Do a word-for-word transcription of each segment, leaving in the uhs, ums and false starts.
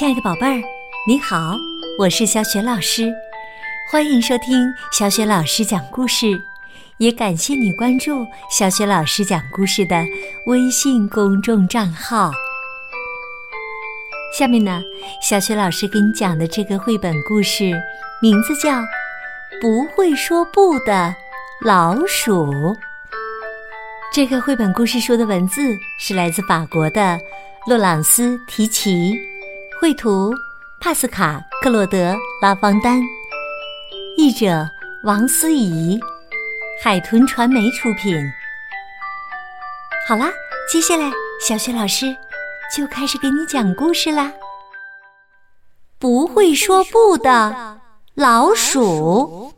亲爱的宝贝儿，你好，我是小雪老师，欢迎收听小雪老师讲故事，也感谢你关注小雪老师讲故事的微信公众账号。下面呢，小雪老师给你讲的这个绘本故事名字叫《不会说不的老鼠》。这个绘本故事书的文字是来自法国的洛朗斯·提奇，绘图帕斯卡·克洛德·拉方丹，译者王思怡，海豚传媒出品。好啦，接下来小雪老师就开始给你讲故事啦。不会说不的老鼠。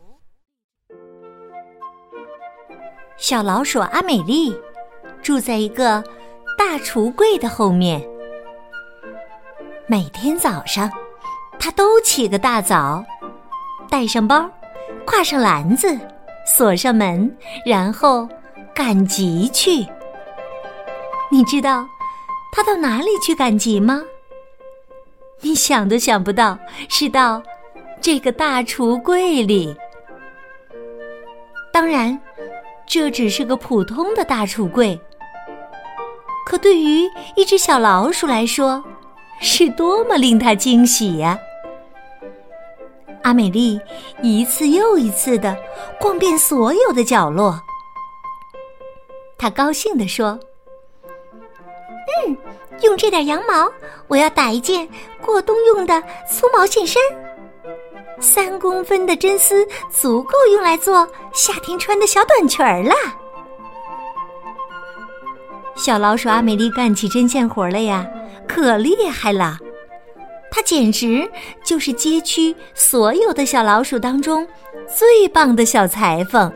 小老鼠阿美丽住在一个大橱柜的后面。每天早上，她都起个大早，带上包，挎上篮子，锁上门，然后赶集去。你知道她到哪里去赶集吗？你想都想不到，是到这个大橱柜里。当然，这只是个普通的大橱柜，可对于一只小老鼠来说，是多么令它惊喜呀！阿美丽一次又一次地逛遍所有的角落，她高兴地说：嗯，用这点羊毛，我要打一件过冬用的粗毛线衫。三公分的真丝足够用来做夏天穿的小短裙儿啦。小老鼠阿美丽干起针线活来呀，可厉害了。她简直就是街区所有的小老鼠当中最棒的小裁缝。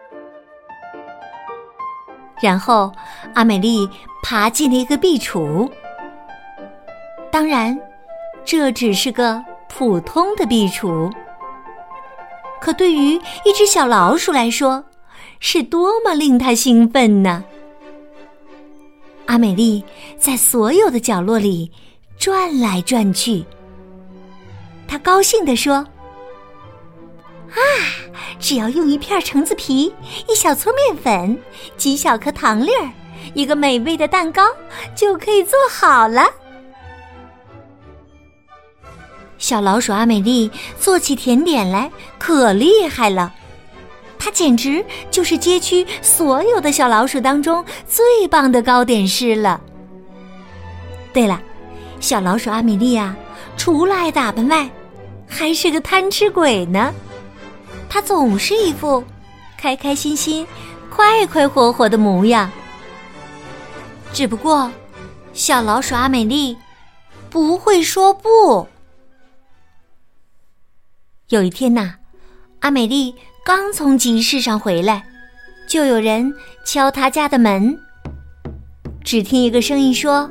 然后阿美丽爬进了一个壁橱，当然这只是个普通的壁橱，可对于一只小老鼠来说，是多么令它兴奋呢！阿美丽在所有的角落里转来转去，她高兴地说：啊，只要用一片橙子皮，一小撮面粉，几小颗糖粒儿，一个美味的蛋糕就可以做好了。小老鼠阿美丽做起甜点来可厉害了，她简直就是街区所有的小老鼠当中最棒的糕点师了。对了，小老鼠阿美丽啊，除了爱打扮外，还是个贪吃鬼呢。她总是一副开开心心、快快活活的模样。只不过，小老鼠阿美丽不会说不。有一天呐，阿美丽刚从集市上回来，就有人敲她家的门。只听一个声音说：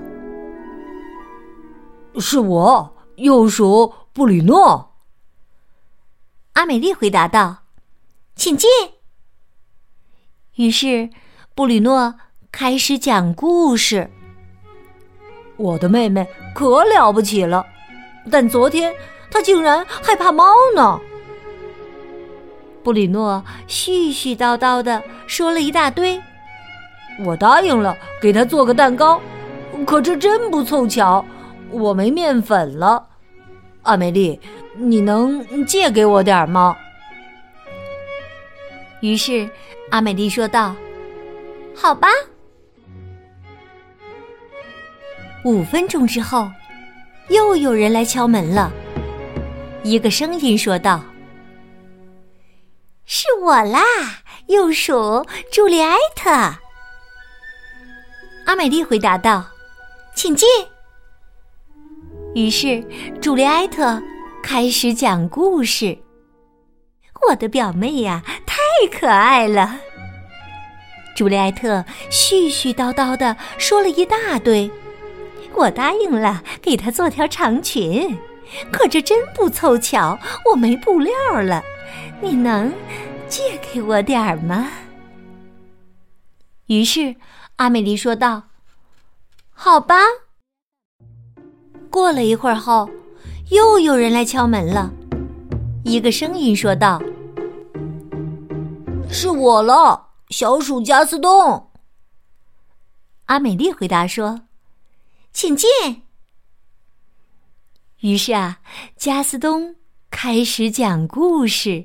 是我，幼鼠布吕诺。 阿美丽回答道：请进。于是布吕诺开始讲故事。 我的妹妹可了不起了，但昨天她竟然害怕猫呢。 布吕诺絮絮叨叨地说了一大堆。 我答应了给她做个蛋糕，可这真不凑巧，我没面粉了。阿美丽，你能借给我点吗？ 于是阿美丽说道：好吧。五分钟之后，又有人来敲门了。一个声音说道：是我啦，幼鼠朱丽埃特。阿美丽回答道：请进。于是朱丽埃特开始讲故事。我的表妹呀，太可爱了。朱丽埃特絮絮叨叨地说了一大堆。我答应了给她做条长裙，可这真不凑巧，我没布料了，你能借给我点儿吗？于是阿美丽说道：好吧。过了一会儿后， 又有人来敲门了。一个声音说道：“ 是我了，小鼠加斯东。” 阿美丽回答说：“请进。”于是啊，加斯东开始讲故事。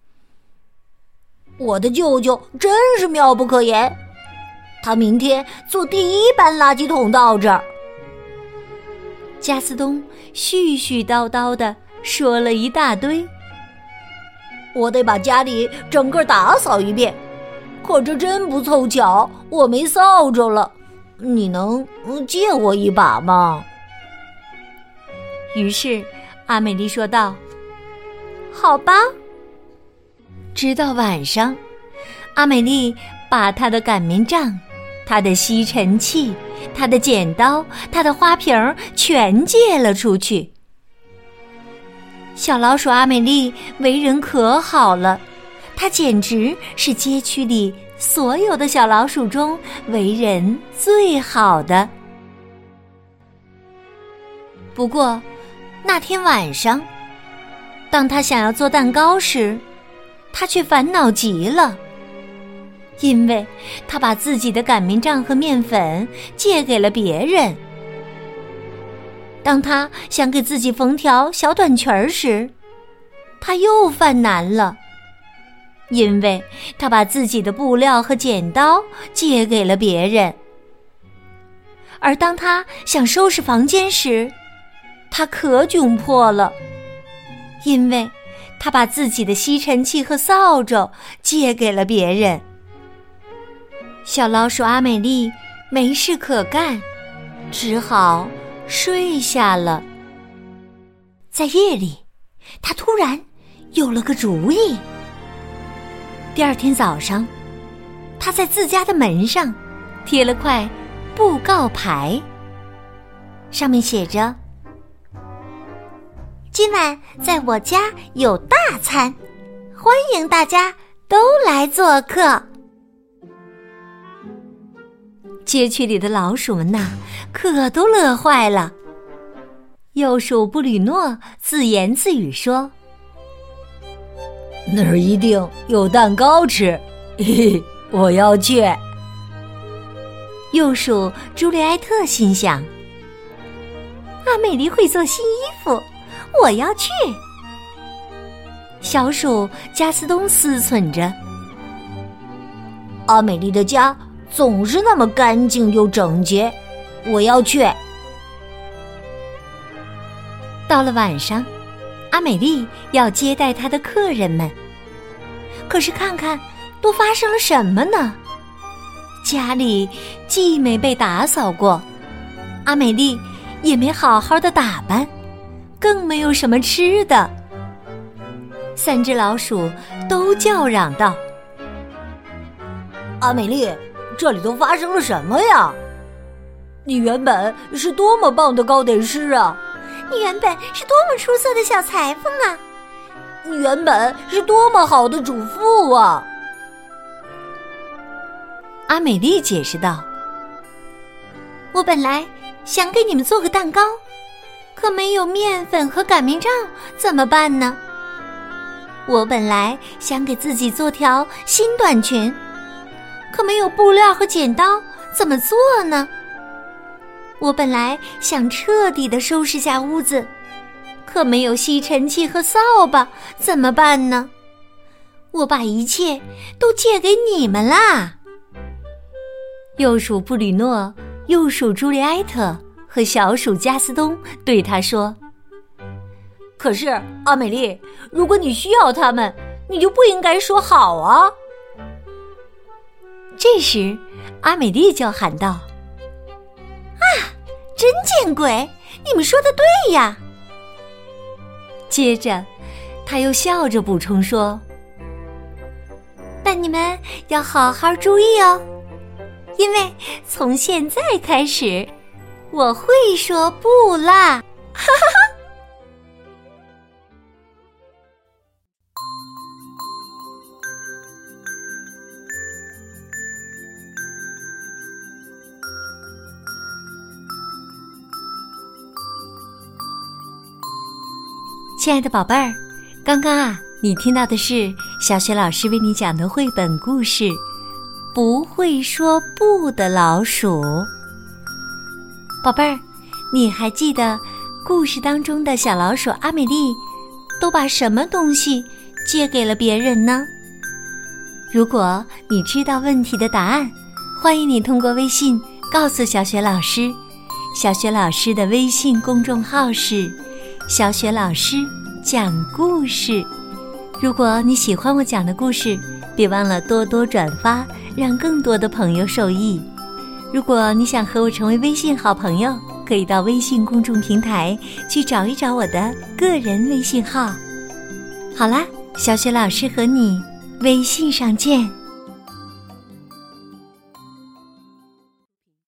我的舅舅真是妙不可言，他明天坐第一班垃圾桶到这儿。 加斯东絮絮叨叨地说了一大堆。 我得把家里整个打扫一遍，可这真不凑巧，我没扫帚了。你能借我一把吗？ 于是阿美丽说道：“好吧。”直到晚上，阿美丽把她的擀面杖、她的吸尘器、她的剪刀、她的花瓶全借了出去。小老鼠阿美丽为人可好了，她简直是街区里所有的小老鼠中为人最好的。不过那天晚上，当她想要做蛋糕时，她却烦恼极了，因为她把自己的擀面杖和面粉借给了别人。当她想给自己缝条小短裙时，她又犯难了，因为她把自己的布料和剪刀借给了别人。而当她想收拾房间时，她可窘迫了，因为她把自己的吸尘器和扫帚借给了别人。小老鼠阿美丽没事可干，只好睡下了。在夜里，她突然有了个主意。第二天早上，她在自家的门上贴了块布告牌，上面写着：“今晚在我家有大餐，欢迎大家都来做客。”街区里的老鼠们呐，可都乐坏了。幼鼠布吕诺自言自语说：“ 那儿一定有蛋糕吃，嘿嘿，我要去。” 幼鼠朱莉埃特心想：“阿美丽会做新衣服，我要去。”小鼠加斯东思忖着：“ 阿美丽的家总是那么干净又整洁，我要去。” 到了晚上，阿美丽要接待她的客人们，可是看看都发生了什么呢？家里既没被打扫过，阿美丽也没好好的打扮，更没有什么吃的。三只老鼠都叫嚷道：“ 阿美丽，这里都发生了什么呀？你原本是多么棒的糕点师啊！ 你原本是多么出色的小裁缝啊！ 你原本是多么好的主妇啊！” 阿美丽解释道：“我本来想给你们做个蛋糕，可没有面粉和擀面杖，怎么办呢？我本来想给自己做条新短裙，可没有布料和剪刀，怎么做呢？我本来想彻底地收拾下屋子，可没有吸尘器和扫把，怎么办呢？我把一切都借给你们啦！”幼鼠布吕诺、幼鼠朱莉埃特和小鼠加斯东对他说：“ 可是阿美丽，如果你需要他们，你就不应该说好啊！” 这时阿美丽就喊道：“啊，真见鬼！你们说的对呀！”接着他又笑着补充说：“但你们要好好注意哦，因为从现在开始，我会说不啦！”哈哈哈。 亲爱的宝贝儿，刚刚啊，你听到的是小雪老师为你讲的绘本故事《不会说不的老鼠》。宝贝儿，你还记得故事当中的小老鼠阿美丽都把什么东西借给了别人呢？如果你知道问题的答案，欢迎你通过微信告诉小雪老师。小雪老师的微信公众号是小雪老师讲故事。如果你喜欢我讲的故事，别忘了多多转发，让更多的朋友受益。如果你想和我成为微信好朋友，可以到微信公众平台去找一找我的个人微信号。好啦，小雪老师和你微信上见。